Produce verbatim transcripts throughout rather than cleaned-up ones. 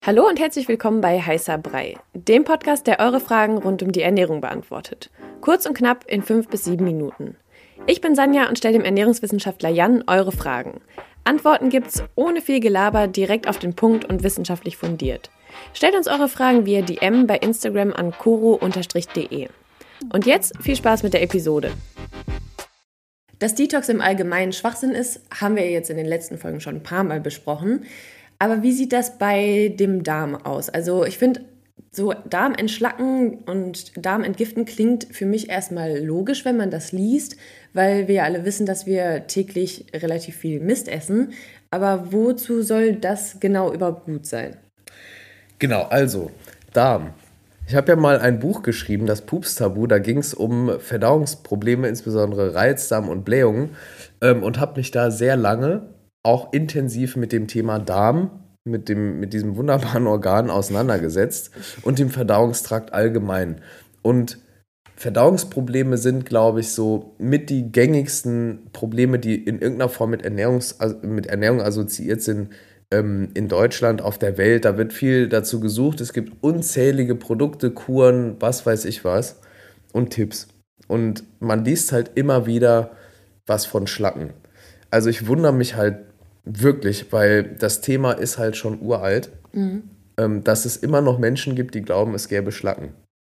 Hallo und herzlich willkommen bei Heißer Brei, dem Podcast, der eure Fragen rund um die Ernährung beantwortet. Kurz und knapp in fünf bis sieben Minuten. Ich bin Sanja und stelle dem Ernährungswissenschaftler Jan eure Fragen. Antworten gibt's ohne viel Gelaber, direkt auf den Punkt und wissenschaftlich fundiert. Stellt uns eure Fragen via D M bei Instagram an koro Bindestrich de. Und jetzt viel Spaß mit der Episode. Dass Detox im Allgemeinen Schwachsinn ist, haben wir jetzt in den letzten Folgen schon ein paar Mal besprochen. Aber wie sieht das bei dem Darm aus? Also ich finde, so Darm entschlacken und Darm entgiften klingt für mich erstmal logisch, wenn man das liest, weil wir ja alle wissen, dass wir täglich relativ viel Mist essen. Aber wozu soll das genau überhaupt gut sein? Genau, also Darm. Ich habe ja mal ein Buch geschrieben, das Pups-Tabu, da ging es um Verdauungsprobleme, insbesondere Reizdarm und Blähungen, ähm, und habe mich da sehr lange auch intensiv mit dem Thema Darm, mit, dem, mit diesem wunderbaren Organ auseinandergesetzt und dem Verdauungstrakt allgemein. Und Verdauungsprobleme sind, glaube ich, so mit die gängigsten Probleme, die in irgendeiner Form mit, Ernährungs, mit Ernährung assoziiert sind ähm, in Deutschland, auf der Welt. Da wird viel dazu gesucht. Es gibt unzählige Produkte, Kuren, was weiß ich was und Tipps. Und man liest halt immer wieder was von Schlacken. Also ich wundere mich halt wirklich, weil das Thema ist halt schon uralt, mhm. ähm, dass es immer noch Menschen gibt, die glauben, es gäbe Schlacken.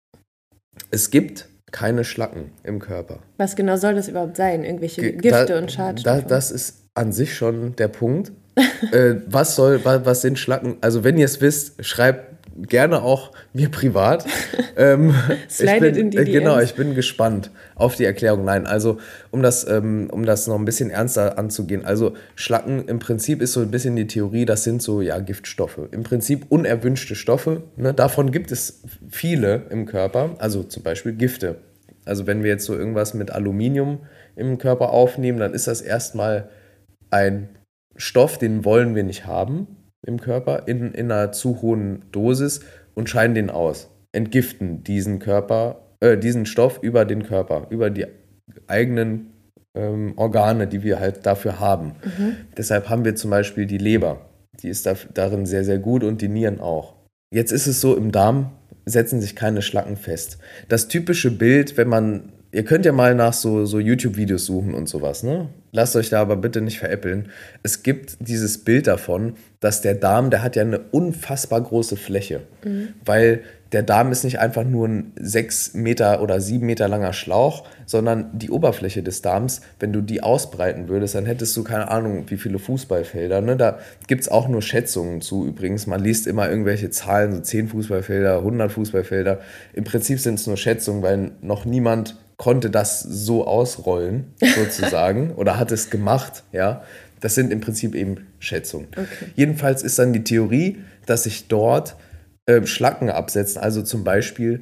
Es gibt keine Schlacken im Körper. Was genau soll das überhaupt sein? Irgendwelche Ge- Gifte da, und Schadstoffe? Da, das ist an sich schon der Punkt. äh, was soll, was, was sind Schlacken? Also wenn ihr es wisst, schreibt gerne auch mir privat. ähm, Slidet in die D Ms. Genau, ich bin gespannt auf die Erklärung. Nein, also um das, ähm, um das noch ein bisschen ernster anzugehen. Also Schlacken im Prinzip ist so ein bisschen die Theorie, das sind so ja Giftstoffe. Im Prinzip unerwünschte Stoffe. Ne? Davon gibt es viele im Körper, also zum Beispiel Gifte. Also wenn wir jetzt so irgendwas mit Aluminium im Körper aufnehmen, dann ist das erstmal ein Stoff, den wollen wir nicht haben im Körper in, in einer zu hohen Dosis und scheiden den aus. Entgiften diesen Körper, äh, diesen Stoff über den Körper, über die eigenen ähm, Organe, die wir halt dafür haben. Mhm. Deshalb haben wir zum Beispiel die Leber. Die ist da, darin sehr, sehr gut und die Nieren auch. Jetzt ist es so, im Darm setzen sich keine Schlacken fest. Das typische Bild, wenn man, ihr könnt ja mal nach so, so YouTube-Videos suchen und sowas, ne? Lasst euch da aber bitte nicht veräppeln. Es gibt dieses Bild davon, dass der Darm, der hat ja eine unfassbar große Fläche, mhm. weil der Darm ist nicht einfach nur ein sechs Meter oder sieben Meter langer Schlauch, sondern die Oberfläche des Darms, wenn du die ausbreiten würdest, dann hättest du keine Ahnung, wie viele Fußballfelder. Ne? Da gibt es auch nur Schätzungen zu übrigens. Man liest immer irgendwelche Zahlen, so zehn Fußballfelder, hundert Fußballfelder. Im Prinzip sind es nur Schätzungen, weil noch niemand konnte das so ausrollen, sozusagen, oder hat es gemacht, ja. Das sind im Prinzip eben Schätzungen. Okay. Jedenfalls ist dann die Theorie, dass sich dort äh, Schlacken absetzen, also zum Beispiel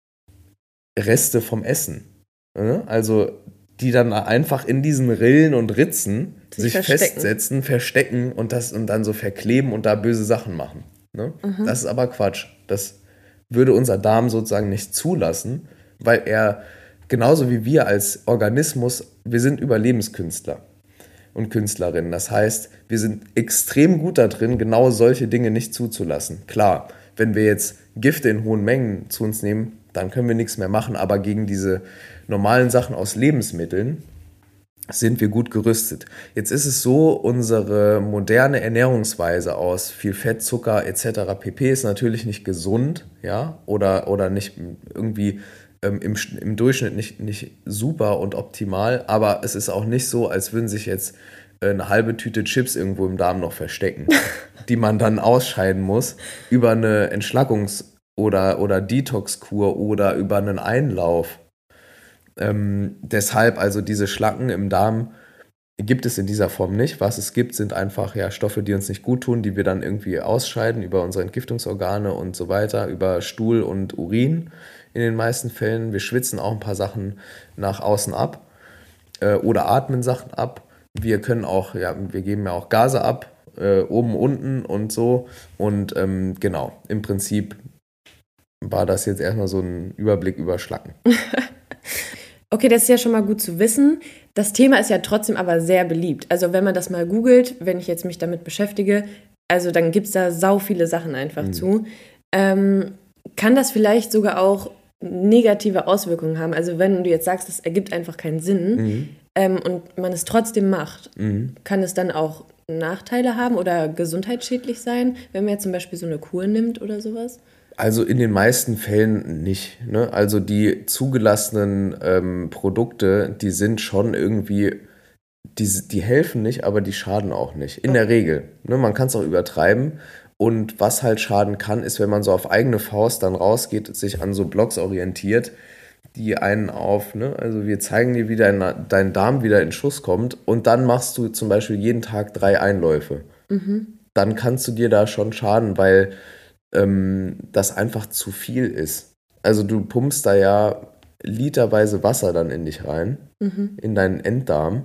Reste vom Essen. Äh? Also die dann einfach in diesen Rillen und Ritzen sich, sich verstecken. festsetzen, verstecken und, das, und dann so verkleben und da böse Sachen machen. Ne? Mhm. Das ist aber Quatsch. Das würde unser Darm sozusagen nicht zulassen, weil er genauso wie wir als Organismus, wir sind Überlebenskünstler und Künstlerinnen. Das heißt, wir sind extrem gut da drin, genau solche Dinge nicht zuzulassen. Klar, wenn wir jetzt Gifte in hohen Mengen zu uns nehmen, dann können wir nichts mehr machen. Aber gegen diese normalen Sachen aus Lebensmitteln sind wir gut gerüstet. Jetzt ist es so, unsere moderne Ernährungsweise aus viel Fett, Zucker et cetera pp. Ist natürlich nicht gesund, ja, oder, oder nicht irgendwie Im, im Durchschnitt nicht, nicht super und optimal, aber es ist auch nicht so, als würden sich jetzt eine halbe Tüte Chips irgendwo im Darm noch verstecken, die man dann ausscheiden muss über eine Entschlackungs- oder, oder Detox-Kur oder über einen Einlauf. Ähm, deshalb also diese Schlacken im Darm gibt es in dieser Form nicht. Was es gibt, sind einfach ja, Stoffe, die uns nicht gut tun, die wir dann irgendwie ausscheiden über unsere Entgiftungsorgane und so weiter, über Stuhl und Urin. In den meisten Fällen. Wir schwitzen auch ein paar Sachen nach außen ab äh, oder atmen Sachen ab. Wir können auch, ja, wir geben ja auch Gase ab, äh, oben, unten und so. Und ähm, genau, im Prinzip war das jetzt erstmal so ein Überblick über Schlacken. Okay, das ist ja schon mal gut zu wissen. Das Thema ist ja trotzdem aber sehr beliebt. Also wenn man das mal googelt, wenn ich jetzt mich damit beschäftige, Also dann gibt es da sau viele Sachen einfach mhm. zu. Ähm, kann das vielleicht sogar auch negative Auswirkungen haben? Also wenn du jetzt sagst, das ergibt einfach keinen Sinn mhm. ähm, und man es trotzdem macht, mhm. kann es dann auch Nachteile haben oder gesundheitsschädlich sein, wenn man jetzt zum Beispiel so eine Kur nimmt oder sowas? Also in den meisten Fällen nicht. Ne? Also die zugelassenen ähm, Produkte, die sind schon irgendwie, die, die helfen nicht, aber die schaden auch nicht. In okay. der Regel. Ne? Man kann es auch übertreiben. Und was halt schaden kann, ist, wenn man so auf eigene Faust dann rausgeht und sich an so Blogs orientiert, die einen auf, ne, also wir zeigen dir, wie dein, dein Darm wieder in Schuss kommt und dann machst du zum Beispiel jeden Tag drei Einläufe. Mhm. Dann kannst du dir da schon schaden, weil ähm, das einfach zu viel ist. Also du pumpst da ja literweise Wasser dann in dich rein, mhm. in deinen Enddarm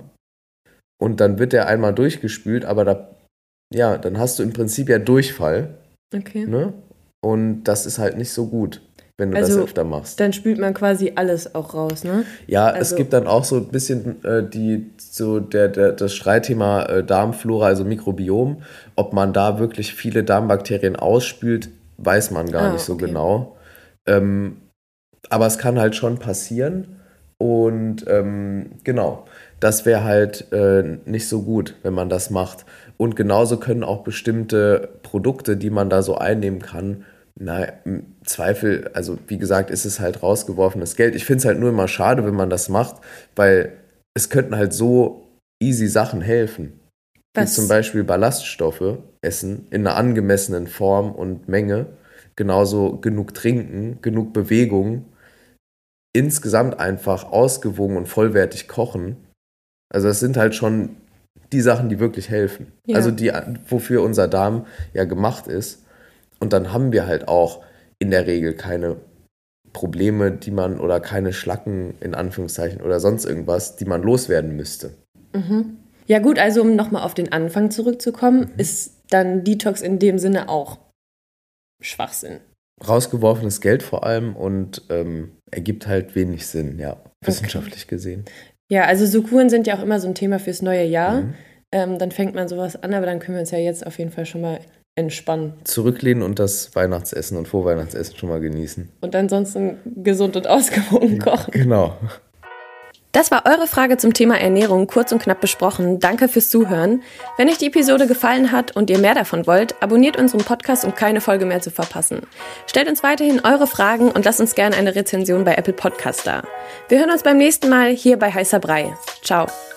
und dann wird der einmal durchgespült, aber da ja, dann hast du im Prinzip ja Durchfall. Okay. Ne? Und das ist halt nicht so gut, wenn du also, das öfter machst. Dann spült man quasi alles auch raus, ne? Ja, also, es gibt dann auch so ein bisschen äh, die, so der, der, das Streitthema äh, Darmflora, also Mikrobiom. Ob man da wirklich viele Darmbakterien ausspült, weiß man gar ah, nicht so okay. genau. Ähm, aber es kann halt schon passieren. Und ähm, genau, das wäre halt äh, nicht so gut, wenn man das macht. Und genauso können auch bestimmte Produkte, die man da so einnehmen kann, na, im Zweifel, also wie gesagt, ist es halt rausgeworfenes Geld. Ich finde es halt nur immer schade, wenn man das macht, weil es könnten halt so easy Sachen helfen. Was? Wie zum Beispiel Ballaststoffe essen in einer angemessenen Form und Menge. Genauso genug trinken, genug Bewegung. Insgesamt einfach ausgewogen und vollwertig kochen. Also das sind halt schon die Sachen, die wirklich helfen. Ja. Also die, wofür unser Darm ja gemacht ist. Und dann haben wir halt auch in der Regel keine Probleme, die man oder keine Schlacken in Anführungszeichen oder sonst irgendwas, die man loswerden müsste. Mhm. Ja gut, also um nochmal auf den Anfang zurückzukommen, mhm. ist dann Detox in dem Sinne auch Schwachsinn. Rausgeworfenes Geld vor allem und ähm, ergibt halt wenig Sinn, ja, wissenschaftlich okay. gesehen. Ja, also so Kuren sind ja auch immer so ein Thema fürs neue Jahr. Mhm. Ähm, dann fängt man sowas an, aber dann können wir uns ja jetzt auf jeden Fall schon mal entspannen. Zurücklehnen und das Weihnachtsessen und Vorweihnachtsessen schon mal genießen. Und ansonsten gesund und ausgewogen kochen. Genau. Das war eure Frage zum Thema Ernährung, kurz und knapp besprochen. Danke fürs Zuhören. Wenn euch die Episode gefallen hat und ihr mehr davon wollt, abonniert unseren Podcast, um keine Folge mehr zu verpassen. Stellt uns weiterhin eure Fragen und lasst uns gerne eine Rezension bei Apple Podcast da. Wir hören uns beim nächsten Mal hier bei Heißer Brei. Ciao.